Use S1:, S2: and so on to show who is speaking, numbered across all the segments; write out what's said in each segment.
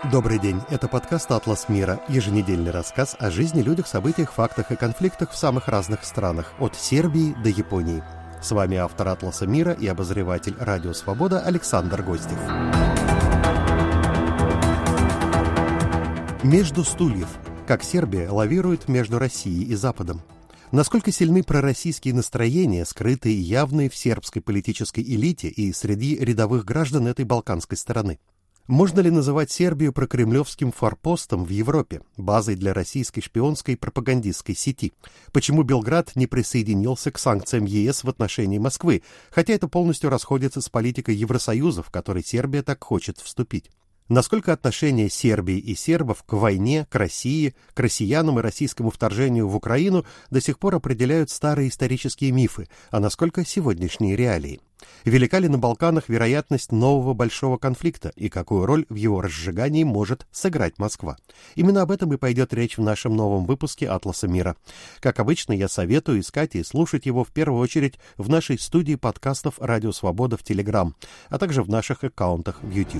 S1: Добрый день, это подкаст «Атлас мира», еженедельный рассказ о жизни, людях, событиях, фактах и конфликтах в самых разных странах, от Сербии до Японии. С вами автор «Атласа мира» и обозреватель «Радио Свобода» Александр Гостев. Между стульев. Как Сербия лавирует между Россией и Западом. Насколько сильны пророссийские настроения, скрытые и явные в сербской политической элите и среди рядовых граждан этой балканской страны? Можно ли называть Сербию прокремлевским форпостом в Европе, базой для российской шпионской пропагандистской сети? Почему Белград не присоединился к санкциям ЕС в отношении Москвы, хотя это полностью расходится с политикой Евросоюза, в который Сербия так хочет вступить? Насколько отношение Сербии и сербов к войне, к России, к россиянам и российскому вторжению в Украину до сих пор определяют старые исторические мифы, а насколько сегодняшние реалии? Велика ли на Балканах вероятность нового большого конфликта и какую роль в его разжигании может сыграть Москва? Именно об этом и пойдет речь в нашем новом выпуске «Атласа мира». Как обычно, я советую искать и слушать его в первую очередь в нашей студии подкастов «Радио Свобода» в Телеграм, а также в наших аккаунтах в YouTube.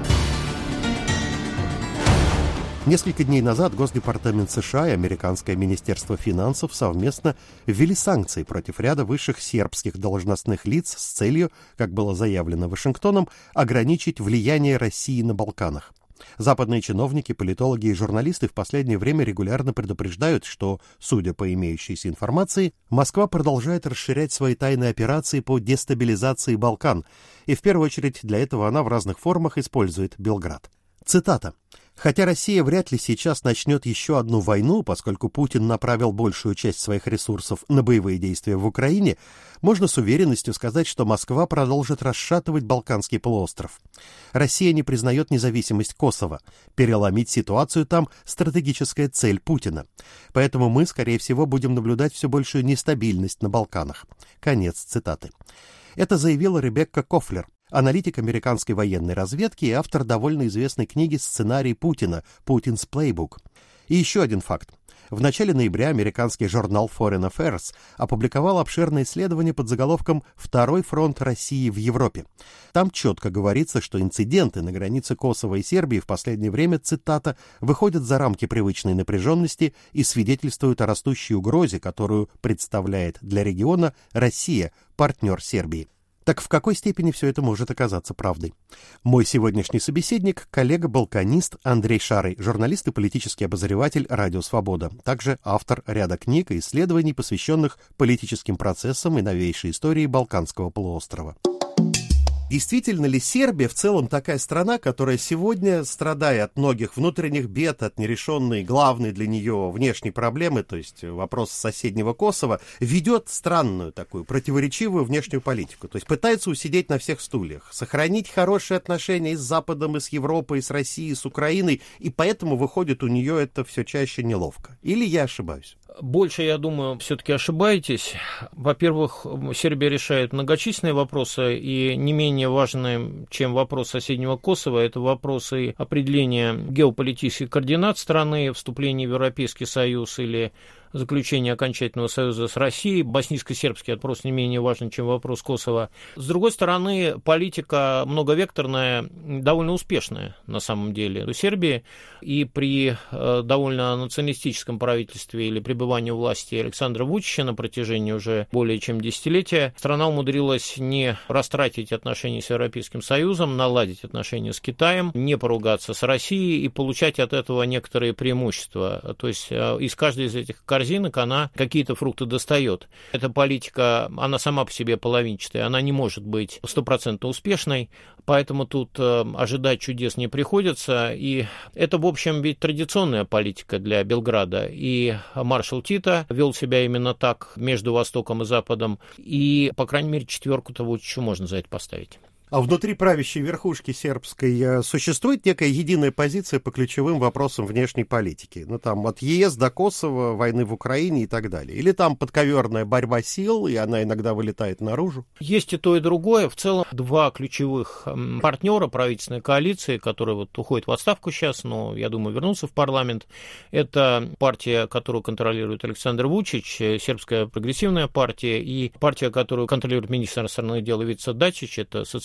S1: Несколько дней назад Госдепартамент США и Американское министерство финансов совместно ввели санкции против ряда высших сербских должностных лиц с целью, как было заявлено Вашингтоном, ограничить влияние России на Балканах. Западные чиновники, политологи и журналисты в последнее время регулярно предупреждают, что, судя по имеющейся информации, Москва продолжает расширять свои тайные операции по дестабилизации Балкан, и в первую очередь для этого она в разных формах использует Белград. Цитата. «Хотя Россия вряд ли сейчас начнет еще одну войну, поскольку Путин направил большую часть своих ресурсов на боевые действия в Украине, можно с уверенностью сказать, что Москва продолжит расшатывать Балканский полуостров. Россия не признает независимость Косово. Переломить ситуацию там – стратегическая цель Путина. Поэтому мы, скорее всего, будем наблюдать все большую нестабильность на Балканах». Конец цитаты. Это заявила Ребекка Кофлер, аналитик американской военной разведки и автор довольно известной книги «Сценарий Путина» «Putin's Playbook». И еще один факт. В начале ноября американский журнал Foreign Affairs опубликовал обширное исследование под заголовком «Второй фронт России в Европе». Там четко говорится, что инциденты на границе Косово и Сербии в последнее время, цитата, «выходят за рамки привычной напряженности и свидетельствуют о растущей угрозе, которую представляет для региона Россия, партнер Сербии». Так в какой степени все это может оказаться правдой? Мой сегодняшний собеседник – коллега-балканист Андрей Шарый, журналист и политический обозреватель «Радио Свобода», также автор ряда книг и исследований, посвященных политическим процессам и новейшей истории Балканского полуострова. Действительно ли Сербия в целом такая страна, которая сегодня, страдая от многих внутренних бед, от нерешенной главной для нее внешней проблемы, то есть вопрос соседнего Косово, ведет странную такую противоречивую внешнюю политику, то есть пытается усидеть на всех стульях, сохранить хорошие отношения и с Западом, и с Европой, и с Россией, и с Украиной, и поэтому выходит у нее это все чаще неловко. Или я ошибаюсь?
S2: Больше, я думаю, все-таки ошибаетесь. Во-первых, Сербия решает многочисленные вопросы, и не менее важные, чем вопрос соседнего Косово, это вопросы определения геополитических координат страны, вступления в Европейский Союз или заключение окончательного союза с Россией. Боснийско-сербский вопрос не менее важен, чем вопрос Косово. С другой стороны, политика многовекторная, довольно успешная на самом деле у Сербии, и при довольно националистическом правительстве или пребывании у власти Александра Вучича на протяжении уже более чем десятилетия страна умудрилась не растратить отношения с Европейским Союзом, наладить отношения с Китаем, не поругаться с Россией и получать от этого некоторые преимущества. То есть из каждой из этих корзинок она какие-то фрукты достает. Эта политика, она сама по себе половинчатая, она не может быть 100% успешной, поэтому тут ожидать чудес не приходится. И это, в общем, ведь традиционная политика для Белграда. И маршал Тито вел себя именно так между Востоком и Западом. И, по крайней мере, четверку-то вот еще можно за это поставить.
S1: А внутри правящей верхушки сербской существует некая единая позиция по ключевым вопросам внешней политики? Ну, там, от ЕС до Косово, войны в Украине и так далее. Или там подковерная борьба сил, и она иногда вылетает наружу?
S2: Есть и то, и другое. В целом, два ключевых партнера правительственной коалиции, которые вот уходят в отставку сейчас, но, я думаю, вернутся в парламент, это партия, которую контролирует Александр Вучич, сербская прогрессивная партия, и партия, которую контролирует министр иностранных дел Ивица Дачич, это социалистическая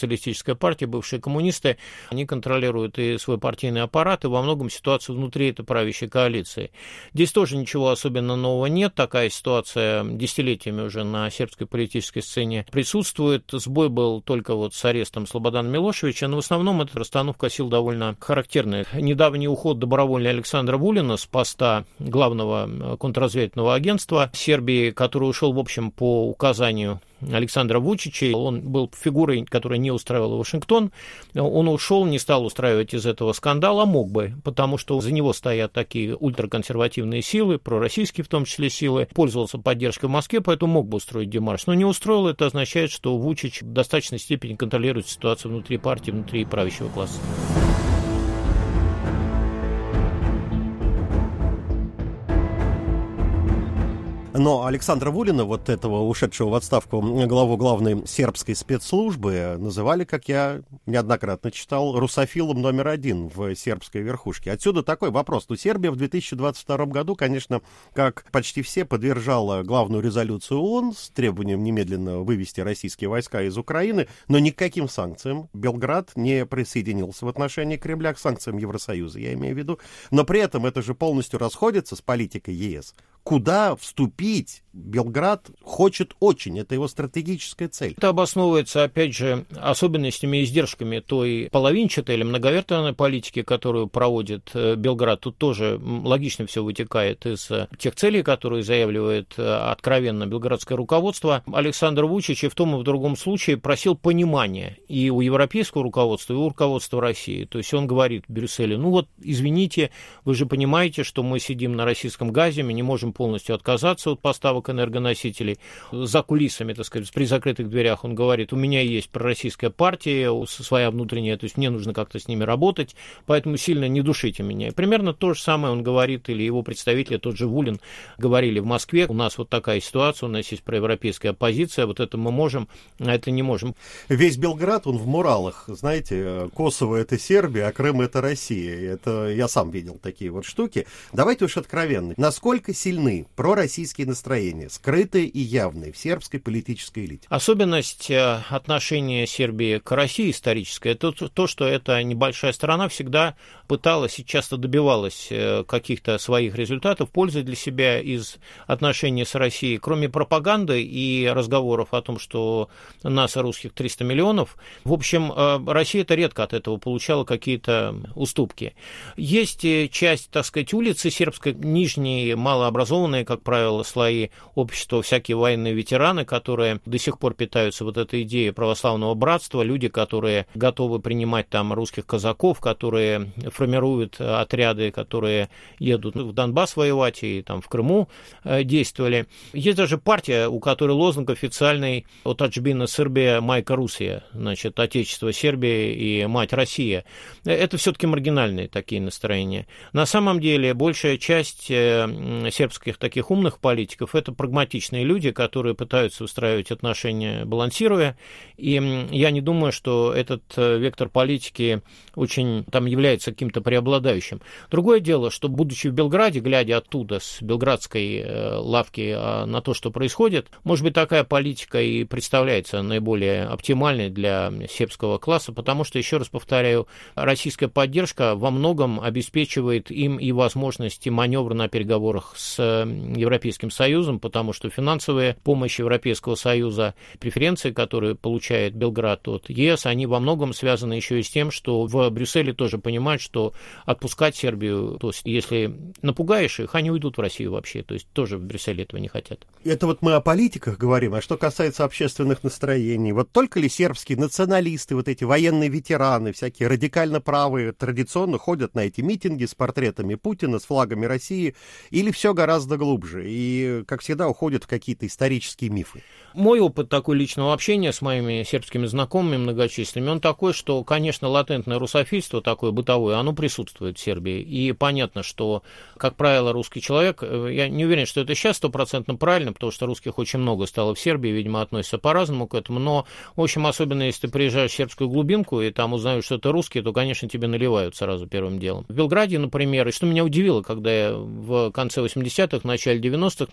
S2: социалистическая партия, бывшие коммунисты, они контролируют и свой партийный аппарат, и во многом ситуацию внутри этой правящей коалиции. Здесь тоже ничего особенно нового нет, такая ситуация десятилетиями уже на сербской политической сцене присутствует. Сбой был только вот с арестом Слободана Милошевича, но в основном эта расстановка сил довольно характерная. Недавний уход добровольный Александра Вулина с поста главного контрразведывательного агентства Сербии, который ушел, в общем, по указанию Александра Вучича. Он был фигурой, которая не устраивала Вашингтон. Он ушел, не стал устраивать из этого скандала, мог бы, потому что за него стоят такие ультраконсервативные силы, пророссийские в том числе силы, пользовался поддержкой в Москве, поэтому мог бы устроить демарш. Но не устроил, это означает, что Вучич в достаточной степени контролирует ситуацию внутри партии, внутри правящего класса.
S1: Но Александра Вулина, вот этого ушедшего в отставку главу главной сербской спецслужбы, называли, как я неоднократно читал, русофилом номер один в сербской верхушке. Отсюда такой вопрос. Ну, Сербия в 2022 году, конечно, как почти все, поддержала главную резолюцию ООН с требованием немедленно вывести российские войска из Украины, но никаким санкциям Белград не присоединился в отношении Кремля, к санкциям Евросоюза, я имею в виду. Но при этом это же полностью расходится с политикой ЕС. Куда вступить Белград хочет очень, это его стратегическая цель.
S2: Это обосновывается, опять же, особенностями и издержками той половинчатой или многовекторной политики, которую проводит Белград. Тут тоже логично все вытекает из тех целей, которые заявляет откровенно белградское руководство. Александр Вучич и в том и в другом случае просил понимания и у европейского руководства, и у руководства России. То есть он говорит Брюсселю, ну вот, извините, вы же понимаете, что мы сидим на российском газе, мы не можем полностью отказаться от поставок энергоносителей. За кулисами, так сказать, при закрытых дверях он говорит, у меня есть пророссийская партия, своя внутренняя, то есть мне нужно как-то с ними работать, поэтому сильно не душите меня. И примерно то же самое он говорит, или его представители, тот же Вулин, говорили в Москве, у нас вот такая ситуация, у нас есть проевропейская оппозиция, вот это мы можем, а это не можем.
S1: Весь Белград, он в муралах, знаете, Косово — это Сербия, а Крым — это Россия. Это я сам видел такие вот штуки. Давайте уж откровенно. Насколько сильны пророссийские настроения, скрытые и явные, в сербской политической элите?
S2: Особенность отношения Сербии к России историческая, это то, что эта небольшая страна всегда пыталась и часто добивалась каких-то своих результатов, пользы для себя из отношений с Россией. Кроме пропаганды и разговоров о том, что нас, русских, 300 миллионов, в общем, Россия это редко от этого получала какие-то уступки. Есть часть, так сказать, улицы сербской, нижние, малообразованные, как правило, слои общества, всякие военные ветераны, которые до сих пор питаются вот этой идеей православного братства, люди, которые готовы принимать там русских казаков, которые формируют отряды, которые едут в Донбасс воевать и там в Крыму действовали. Есть даже партия, у которой лозунг официальный от Аджбина Сербия, Майка Русия, значит, Отечество Сербии и Мать Россия. Это все-таки маргинальные такие настроения. На самом деле, большая часть сербских таких умных политиков — это прагматичные люди, которые пытаются устраивать отношения, балансируя. И я не думаю, что этот вектор политики очень там является каким-то преобладающим. Другое дело, что, будучи в Белграде, глядя оттуда, с белградской лавки на то, что происходит, может быть, такая политика и представляется наиболее оптимальной для сербского класса, потому что, еще раз повторяю, российская поддержка во многом обеспечивает им и возможности маневра на переговорах с Европейским Союзом, потому что финансовая помощь Европейского Союза, преференции, которые получает Белград от ЕС, они во многом связаны еще и с тем, что в Брюсселе тоже понимают, что отпускать Сербию, то есть если напугаешь их, они уйдут в Россию вообще, то есть тоже в Брюсселе этого не хотят.
S1: Это вот мы о политиках говорим, а что касается общественных настроений, вот только ли сербские националисты, вот эти военные ветераны, всякие радикально правые, традиционно ходят на эти митинги с портретами Путина, с флагами России, или все гораздо глубже и, как всегда, уходят в какие-то исторические мифы?
S2: Мой опыт такой личного общения с моими сербскими знакомыми многочисленными, он такой, что, конечно, латентное русофильство такое бытовое, оно присутствует в Сербии. И понятно, что, как правило, русский человек, я не уверен, что это сейчас 100% правильно, потому что русских очень много стало в Сербии, видимо, относятся по-разному к этому, но, в общем, особенно если ты приезжаешь в сербскую глубинку и там узнаешь, что это русские, то, конечно, тебе наливают сразу первым делом. В Белграде, например, и что меня удивило, когда я в конце 80-х, начале 90-х начинал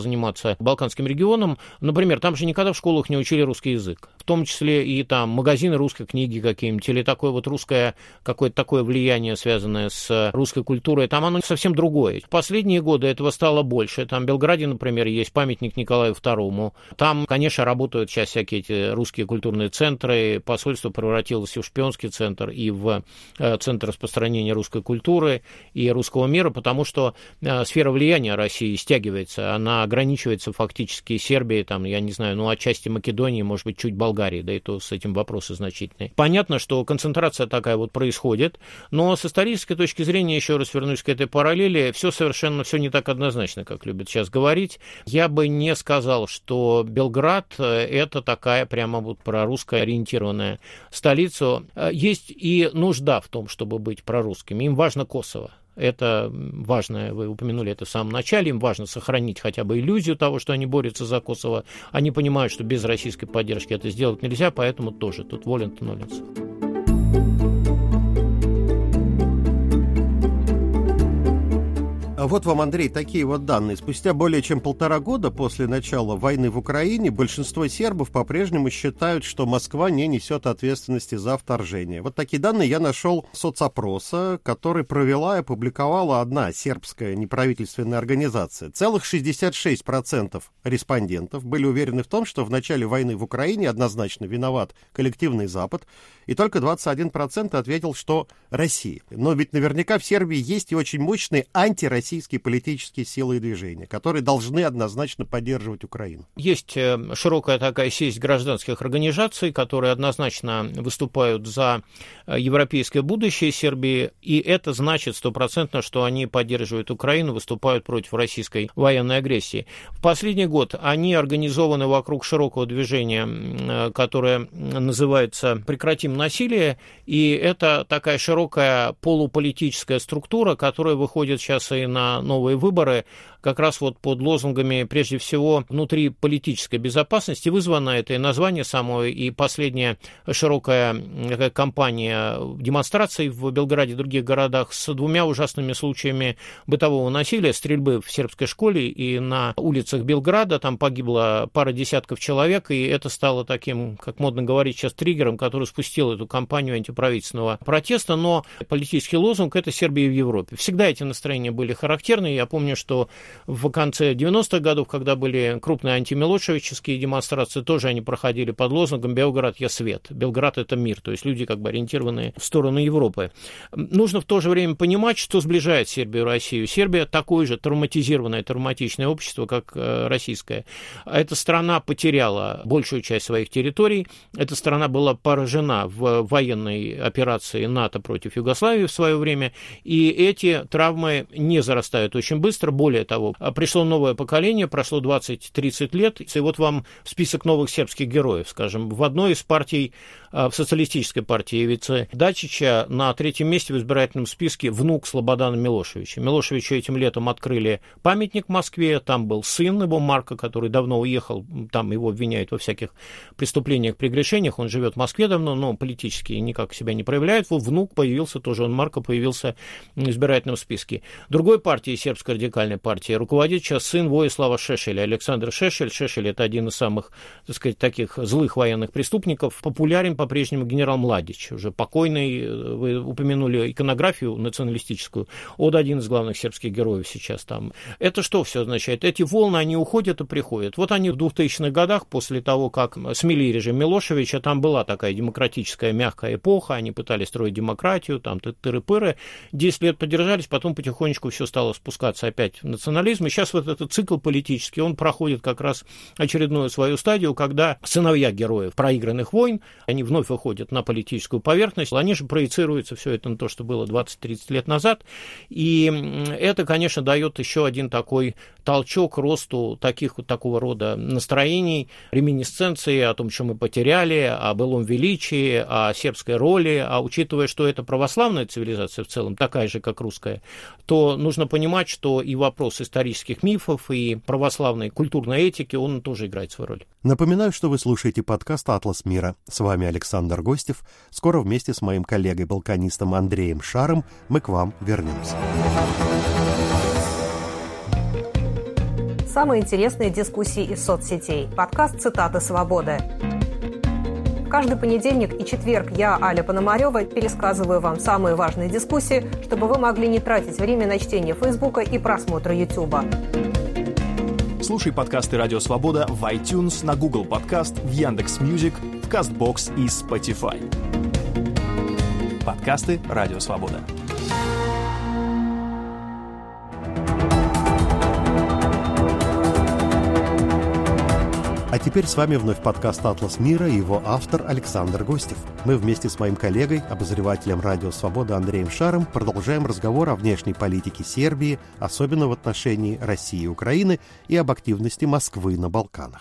S2: заниматься Балканским регионом. Например, там же никогда в школах не учили русский язык. В том числе и там магазины русской книги какие-нибудь, или такое вот русское, какое-то такое влияние, связанное с русской культурой. Там оно совсем другое. В последние годы этого стало больше. Там в Белграде, например, есть памятник Николаю II. Там, конечно, работают сейчас всякие эти русские культурные центры. Посольство превратилось и в шпионский центр, и в центр распространения русской культуры и русского мира, потому что сфера влияния России стягивается. Она ограничивается фактически Сербией, там, я не знаю, отчасти Македонии, может быть, чуть Болгарии, да и то с этим вопросы значительные. Понятно, что концентрация такая вот происходит, но с исторической точки зрения, еще раз вернусь к этой параллели, все не так однозначно, как любят сейчас говорить. Я бы не сказал, что Белград – это такая прямо вот прорусская ориентированная столица. Есть и нужда в том, чтобы быть прорусскими. Им важно Косово. Это важно, вы упомянули это в самом начале, им важно сохранить хотя бы иллюзию того, что они борются за Косово. Они понимают, что без российской поддержки это сделать нельзя, поэтому тоже тут волен-то ноленцев.
S1: А вот вам, Андрей, такие вот данные. Спустя более чем 1,5 года после начала войны в Украине большинство сербов по-прежнему считают, что Москва не несет ответственности за вторжение. Вот такие данные я нашел соцопроса, который провела и опубликовала одна сербская неправительственная организация. Целых 66% респондентов были уверены в том, что в начале войны в Украине однозначно виноват коллективный Запад, и только 21% ответил, что Россия. Но ведь наверняка в Сербии есть и очень мощные антироссийские политические силы и движения, которые должны однозначно поддерживать Украину.
S2: Есть широкая такая сеть гражданских организаций, которые однозначно выступают за европейское будущее Сербии, и это значит 100%, что они поддерживают Украину, выступают против российской военной агрессии. В последний год они организованы вокруг широкого движения, которое называется «Прекратим насилие», и это такая широкая полуполитическая структура, которая выходит сейчас и на новые выборы, как раз вот под лозунгами, прежде всего, внутри политической безопасности. Вызвано это и название само, и последняя широкая кампания демонстраций в Белграде и других городах с 2 ужасными случаями бытового насилия, стрельбы в сербской школе и на улицах Белграда. Там погибло пара десятков человек, и это стало таким, как модно говорить сейчас, триггером, который спустил эту кампанию антиправительственного протеста. Но политический лозунг – это Сербия в Европе. Всегда эти настроения были характерны. Я помню, что в конце 90-х годов, когда были крупные антимилошевичские демонстрации, тоже они проходили под лозунгом «Белград, я свет». Белград – это мир, то есть люди как бы ориентированные в сторону Европы. Нужно в то же время понимать, что сближает Сербию и Россию. Сербия такое же травматизированное, травматичное общество, как российское. Эта страна потеряла большую часть своих территорий. Эта страна была поражена в военной операции НАТО против Югославии в свое время, и эти травмы не зарастают очень быстро. Более того, пришло новое поколение, прошло 20-30 лет, и вот вам список новых сербских героев, скажем. В одной из партий, в социалистической партии Ивицы Дачича, на 3-м месте в избирательном списке внук Слободана Милошевича. Милошевичу этим летом открыли памятник в Москве, там был сын его, Марко, который давно уехал, там его обвиняют во всяких преступлениях, прегрешениях, он живет в Москве давно, но политически никак себя не проявляет. Его внук появился, тоже он, Марко, появился в избирательном списке. Другой партии, сербской радикальной партии, руководит сейчас сын Воислава Шешеля, Александр Шешель. Шешель – это один из самых, так сказать, таких злых военных преступников. Популярен по-прежнему генерал Младич, уже покойный, вы упомянули иконографию националистическую, он один из главных сербских героев сейчас там. Это что все означает? Эти волны, они уходят и приходят. Вот они в 2000-х годах, после того, как смели режим Милошевича, там была такая демократическая мягкая эпоха, они пытались строить демократию, там тыры-пыры, 10 лет поддержались, потом потихонечку все стало спускаться опять в национализм, и сейчас вот этот цикл политический, он проходит как раз очередную свою стадию, когда сыновья героев проигранных войн, они вновь выходят на политическую поверхность, они же проецируются все это на то, что было 20-30 лет назад, и это, конечно, дает еще один такой толчок росту такого рода настроений, реминисценции о том, что мы потеряли, о былом величии, о сербской роли, а учитывая, что это православная цивилизация в целом, такая же, как русская, то нужно понимать, что и вопрос исторических мифов, и православной культурной этики, он тоже играет свою роль.
S1: Напоминаю, что вы слушаете подкаст «Атлас мира». С вами Александр Гостев. Скоро вместе с моим коллегой-балканистом Андреем Шаром мы к вам вернемся.
S3: Самые интересные дискуссии из соцсетей. Подкаст «Цитаты свободы». Каждый понедельник и четверг я, Аля Пономарёва, пересказываю вам самые важные дискуссии, чтобы вы могли не тратить время на чтение Фейсбука и просмотр Ютуба.
S4: Слушай подкасты «Радио Свобода» в iTunes, на Google Подкаст, в Яндекс.Мьюзик, в Кастбокс и Spotify. Подкасты «Радио Свобода».
S1: А теперь с вами вновь подкаст «Атлас мира» и его автор Александр Гостев. Мы вместе с моим коллегой, обозревателем «Радио Свобода» Андреем Шаром продолжаем разговор о внешней политике Сербии, особенно в отношении России и Украины, и об активности Москвы на Балканах.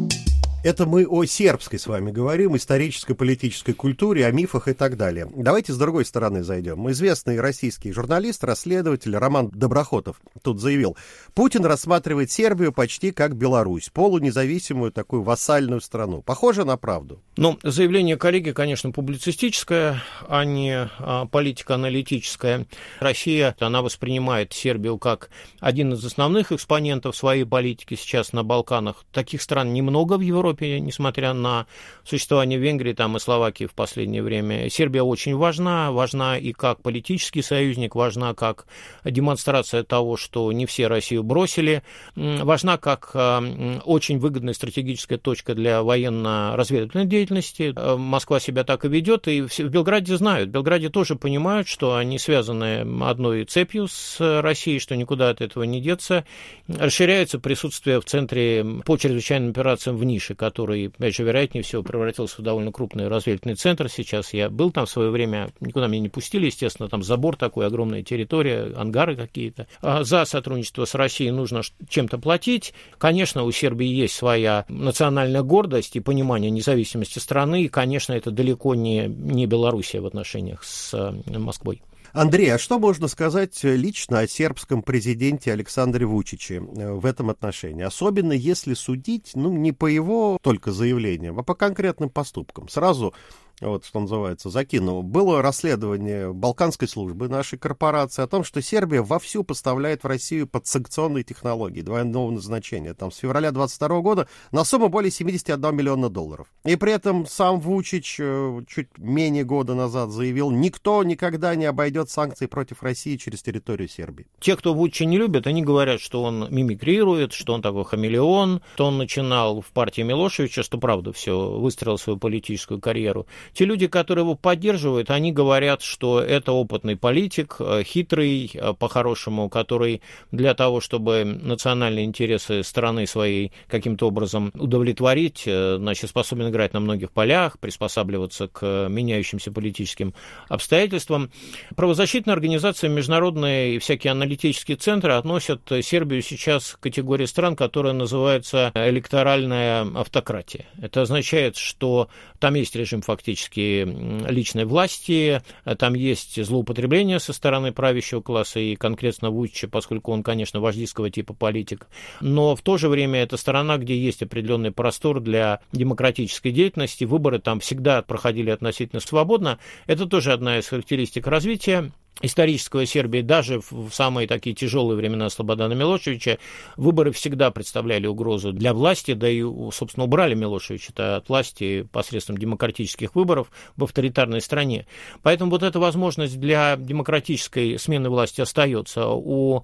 S1: Это мы о сербской с вами говорим, исторической, политической культуре, о мифах и так далее. Давайте с другой стороны зайдем. Известный российский журналист, расследователь Роман Доброхотов тут заявил: Путин рассматривает Сербию почти как Беларусь, полунезависимую такую вассальную страну. Похоже на правду?
S2: Ну, заявление коллеги, конечно, публицистическое, а не политико-аналитическое. Россия, она воспринимает Сербию как один из основных экспонентов своей политики сейчас на Балканах. Таких стран немного в Европе, несмотря на существование Венгрии там, и Словакии в последнее время. Сербия очень важна и как политический союзник, важна как демонстрация того, что не все Россию бросили, важна как очень выгодная стратегическая точка для военно-разведывательной деятельности. Москва себя так и ведет, и в Белграде знают. В Белграде тоже понимают, что они связаны одной цепью с Россией, что никуда от этого не деться. Расширяется присутствие в центре по чрезвычайным операциям в Нише, который, опять же, вероятнее всего, превратился в довольно крупный разведывательный центр сейчас. Я был там в свое время, никуда меня не пустили, естественно, там забор такой, огромная территория, ангары какие-то. За сотрудничество с Россией нужно чем-то платить. Конечно, у Сербии есть своя национальная гордость и понимание независимости страны, и, конечно, это далеко не Белоруссия в отношениях с Москвой.
S1: Андрей, а что можно сказать лично о сербском президенте Александре Вучиче в этом отношении? Особенно если судить, не по его только заявлениям, а по конкретным поступкам. Сразу, что называется, закину. Было расследование балканской службы нашей корпорации о том, что Сербия вовсю поставляет в Россию подсанкционные технологии двойного назначения. Там с февраля 2022 года на сумму более $71 миллиона. И при этом сам Вучич чуть менее года назад заявил: никто никогда не обойдет санкции против России через территорию Сербии.
S2: Те, кто Вучича не любят, они говорят, что он мимикрирует, что он такой хамелеон, что он начинал в партии Милошевича, что правда все, выстроил свою политическую карьеру. Те люди, которые его поддерживают, они говорят, что это опытный политик, хитрый, по-хорошему, который для того, чтобы национальные интересы страны своей каким-то образом удовлетворить, способен играть на многих полях, приспосабливаться к меняющимся политическим обстоятельствам. Правозащитные организации, международные и всякие аналитические центры относят Сербию сейчас к категории стран, которая называется электоральная автократия. Это означает, что там есть режим фактически личной власти, там есть злоупотребление со стороны правящего класса и конкретно Вучича, поскольку он, конечно, вождистского типа политик, но в то же время это страна, где есть определенный простор для демократической деятельности, выборы там всегда проходили относительно свободно, это тоже одна из характеристик развития исторического Сербии. Даже в самые такие тяжелые времена Слободана Милошевича выборы всегда представляли угрозу для власти, да и, собственно, убрали Милошевича от власти посредством демократических выборов в авторитарной стране. Поэтому вот эта возможность для демократической смены власти остается. У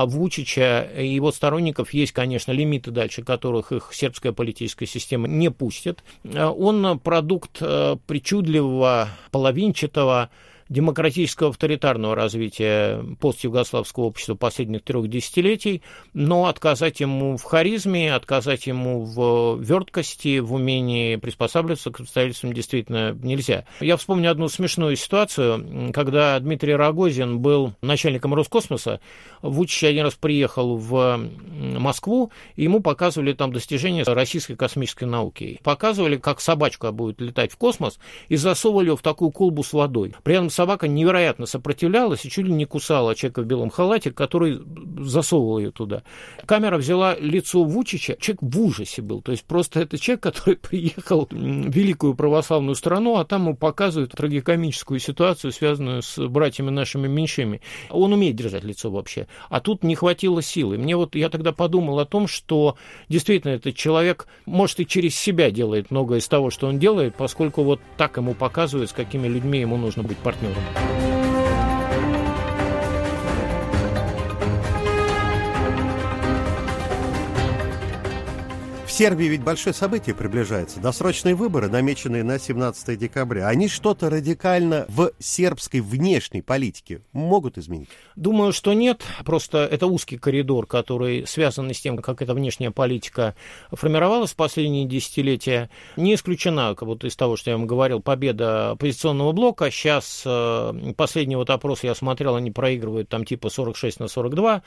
S2: Вучича и его сторонников есть, конечно, лимиты, дальше которых их сербская политическая система не пустит. Он продукт причудливого, половинчатого, демократического авторитарного развития постюгославского общества последних 3 десятилетий, но отказать ему в харизме, отказать ему в верткости, в умении приспосабливаться к обстоятельствам действительно нельзя. Я вспомню одну смешную ситуацию, когда Дмитрий Рогозин был начальником Роскосмоса, Вучич один раз приехал в Москву, и ему показывали там достижения российской космической науки. Показывали, как собачка будет летать в космос, и засовывали ее в такую колбу с водой. При этом собака невероятно сопротивлялась и чуть ли не кусала человека в белом халате, который засовывал ее туда. Камера взяла лицо Вучича, человек в ужасе был, то есть просто это человек, который приехал в великую православную страну, а там ему показывают трагикомическую ситуацию, связанную с братьями нашими меньшими. Он умеет держать лицо вообще, а тут не хватило силы. Я тогда подумал о том, что действительно этот человек, может, и через себя делает многое из того, что он делает, поскольку вот так ему показывают, с какими людьми ему нужно быть партнером.
S1: В Сербии ведь большое событие приближается. Досрочные выборы, намеченные на 17 декабря. Они что-то радикально в сербской внешней политике могут изменить?
S2: Думаю, что нет. Просто это узкий коридор, который связан с тем, как эта внешняя политика формировалась в последние десятилетия. Не исключена, как вот из того, что я вам говорил, победа оппозиционного блока. Сейчас последний вот опрос я смотрел, они проигрывают там типа 46-42.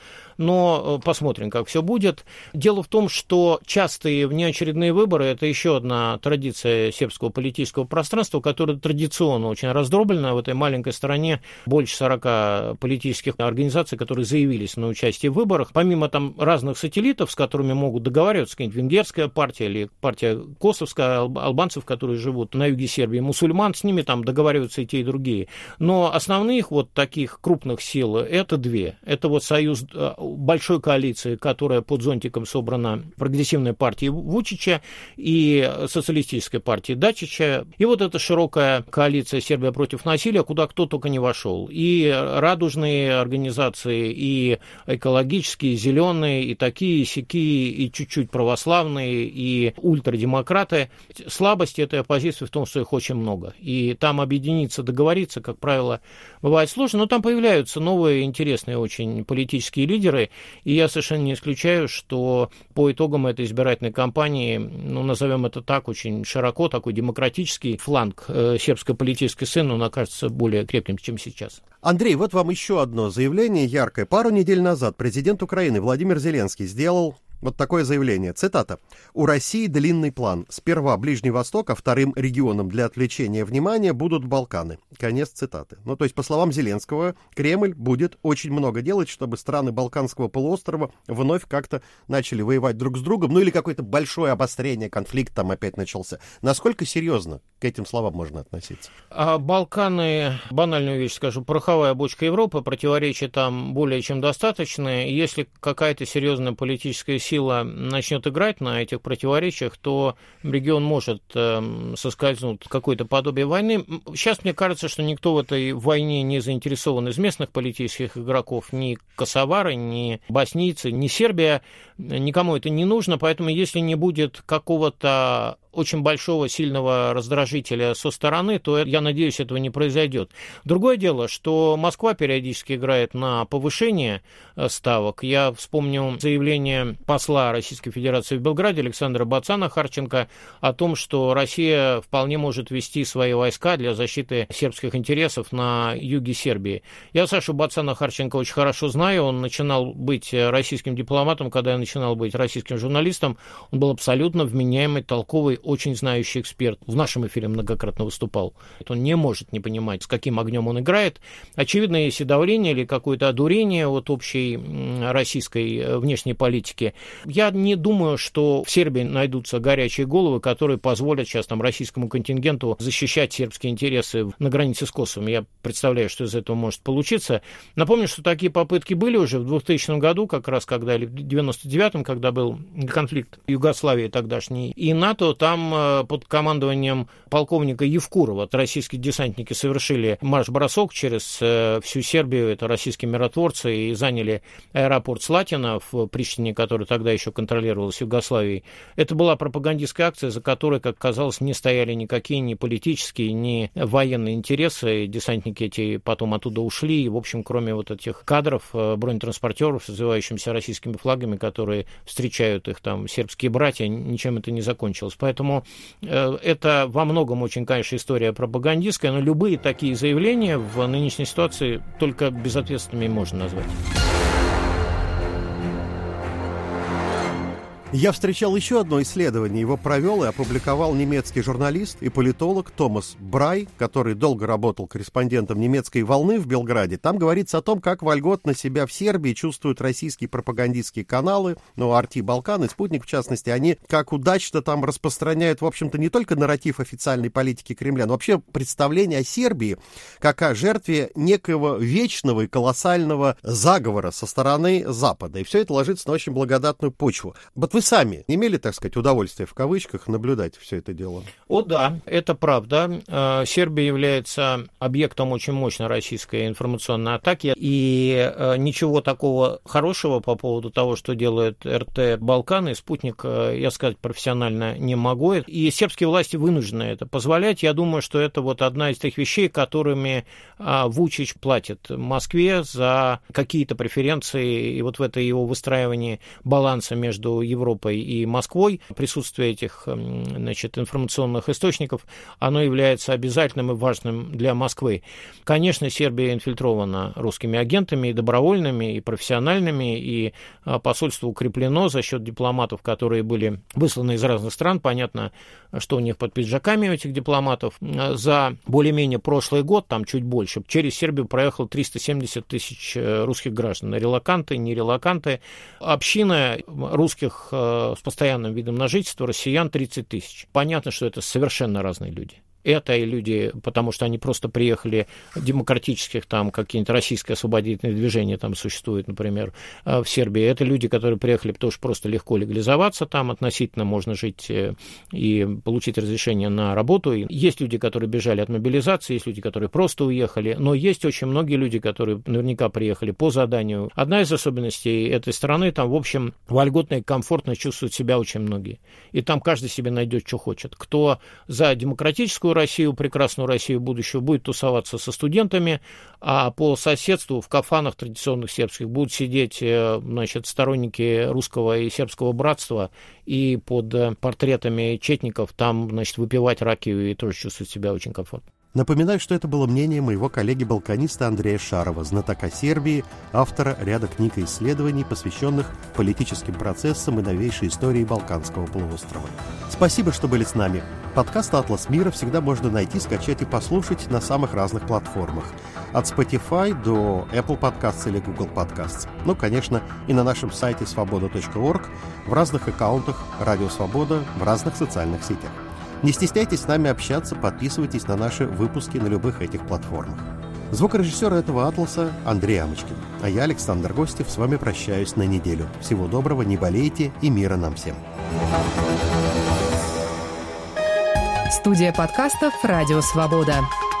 S2: Но посмотрим, как все будет. Дело в том, что частые внеочередные выборы – это еще одна традиция сербского политического пространства, которая традиционно очень раздроблена. В этой маленькой стране больше 40 политических организаций, которые заявились на участие в выборах. Помимо там разных сателлитов, с которыми могут договариваться, какая-нибудь венгерская партия или партия косовская, албанцев, которые живут на юге Сербии, мусульман, с ними там договариваются и те, и другие. Но основных вот таких крупных сил – это две. Это вот союз большой коалиции, которая под зонтиком собрана прогрессивной партией Вучича и социалистической партии Дачича. И вот эта широкая коалиция «Сербия против насилия», куда кто только не вошел. И радужные организации, и экологические, и зеленые, и такие, и сякие, и чуть-чуть православные, и ультрадемократы. Слабость этой оппозиции в том, что их очень много. И там объединиться, договориться, как правило, бывает сложно. Но там появляются новые интересные очень политические лидеры. И я совершенно не исключаю, что по итогам этой избирательной кампании, назовем это так, очень широко, такой демократический фланг сербской политической сцены, он окажется более крепким, чем сейчас.
S1: Андрей, вот вам еще одно заявление яркое. Пару недель назад президент Украины Владимир Зеленский сделал вот такое заявление, цитата. «У России длинный план. Сперва Ближний Восток, а вторым регионом для отвлечения внимания будут Балканы». Конец цитаты. То есть, по словам Зеленского, Кремль будет очень много делать, чтобы страны Балканского полуострова вновь как-то начали воевать друг с другом, или какое-то большое обострение, конфликт там опять начался. Насколько серьезно к этим словам можно относиться?
S2: А Балканы, банальную вещь скажу, пороховая бочка Европы, противоречия там более чем достаточно. Если какая-то серьезная политическая сила начнет играть на этих противоречиях, то регион может соскользнуть в какое-то подобие войны. Сейчас мне кажется, что никто в этой войне не заинтересован из местных политических игроков, ни косовары, ни боснийцы, ни Сербия. Никому это не нужно, поэтому если не будет какого-то очень большого, сильного раздражителя со стороны, то, я надеюсь, этого не произойдет. Другое дело, что Москва периодически играет на повышение ставок. Я вспомню заявление посла Российской Федерации в Белграде Александра Бацана-Харченко о том, что Россия вполне может вести свои войска для защиты сербских интересов на юге Сербии. Я Сашу Бацана-Харченко очень хорошо знаю. Он начинал быть российским дипломатом, когда я начинал быть российским журналистом. Он был абсолютно вменяемый, толковый, очень знающий эксперт. В нашем эфире многократно выступал. Он не может не понимать, с каким огнем он играет. Очевидно, если давление или какое-то одурение от общей российской внешней политики. Я не думаю, что в Сербии найдутся горячие головы, которые позволят сейчас там российскому контингенту защищать сербские интересы на границе с Косовом. Я представляю, что из этого может получиться. Напомню, что такие попытки были уже в 2000 году, как раз когда, или в 99-м, когда был конфликт в Югославии тогдашней, и НАТО там под командованием полковника Евкурова российские десантники совершили марш-бросок через всю Сербию, это российские миротворцы, и заняли аэропорт Слатина в Приштине, который тогда еще контролировалась Югославией. Это была пропагандистская акция, за которой, как казалось, не стояли никакие ни политические, ни военные интересы. Десантники эти потом оттуда ушли, и, в общем, кроме вот этих кадров, бронетранспортеров с развивающимися российскими флагами, которые встречают их там сербские братья, ничем это не закончилось. Поэтому это во многом очень, конечно, история пропагандистская, но любые такие заявления в нынешней ситуации только безответственными можно назвать.
S1: Я встречал еще одно исследование. Его провел и опубликовал немецкий журналист и политолог Томас Брай, который долго работал корреспондентом немецкой «Волны» в Белграде. Там говорится о том, как вольготно себя в Сербии чувствуют российские пропагандистские каналы, RT Балкан и Спутник, в частности, они как удачно там распространяют, в общем-то, не только нарратив официальной политики Кремля, но вообще представление о Сербии как о жертве некого вечного и колоссального заговора со стороны Запада. И все это ложится на очень благодатную почву. Вот вы сами имели, так сказать, удовольствие в кавычках наблюдать все это дело?
S2: О, да, это правда. Сербия является объектом очень мощной российской информационной атаки, и ничего такого хорошего по поводу того, что делает РТ Балкан и Спутник, я сказать профессионально не могу. И сербские власти вынуждены это позволять. Я думаю, что это вот одна из тех вещей, которыми Вучич платит Москве за какие-то преференции, и вот в это его выстраивании баланса между Европой и Москвой, присутствие этих, значит, информационных источников, оно является обязательным и важным для Москвы. Конечно, Сербия инфильтрована русскими агентами, и добровольными, и профессиональными, и посольство укреплено за счет дипломатов, которые были высланы из разных стран. Понятно, что у них под пиджаками у этих дипломатов. За более-менее прошлый год, там чуть больше, через Сербию проехало 370 тысяч русских граждан. Релоканты, нерелоканты. Община русских с постоянным видом на жительство, россиян 30 тысяч. Понятно, что это совершенно разные люди. Это и люди, потому что они просто приехали демократических, там какие-нибудь российское освободительное движение там существует, например, в Сербии. Это люди, которые приехали, потому что просто легко легализоваться там, относительно можно жить и получить разрешение на работу. Есть люди, которые бежали от мобилизации, есть люди, которые просто уехали, но есть очень многие люди, которые наверняка приехали по заданию. Одна из особенностей этой страны, там, в общем, вольготно и комфортно чувствуют себя очень многие. И там каждый себе найдет, что хочет. Кто за демократическую Россию, прекрасную Россию будущего, будет тусоваться со студентами, а по соседству в кафанах традиционных сербских будут сидеть, значит, сторонники русского и сербского братства и под портретами четников там, значит, выпивать ракию и тоже чувствовать себя очень комфортно.
S1: Напоминаю, что это было мнение моего коллеги-балканиста Андрея Шарова, знатока Сербии, автора ряда книг и исследований, посвященных политическим процессам и новейшей истории Балканского полуострова. Спасибо, что были с нами. Подкаст «Атлас мира» всегда можно найти, скачать и послушать на самых разных платформах. От Spotify до Apple Podcasts или Google Podcasts. Ну, конечно, и на нашем сайте svoboda.org, в разных аккаунтах «Радио Свобода», в разных социальных сетях. Не стесняйтесь с нами общаться, подписывайтесь на наши выпуски на любых этих платформах. Звукорежиссер этого «Атласа» Андрей Амочкин. А я, Александр Гостев, с вами прощаюсь на неделю. Всего доброго, не болейте и мира нам всем.
S5: Студия подкастов «Радио Свобода».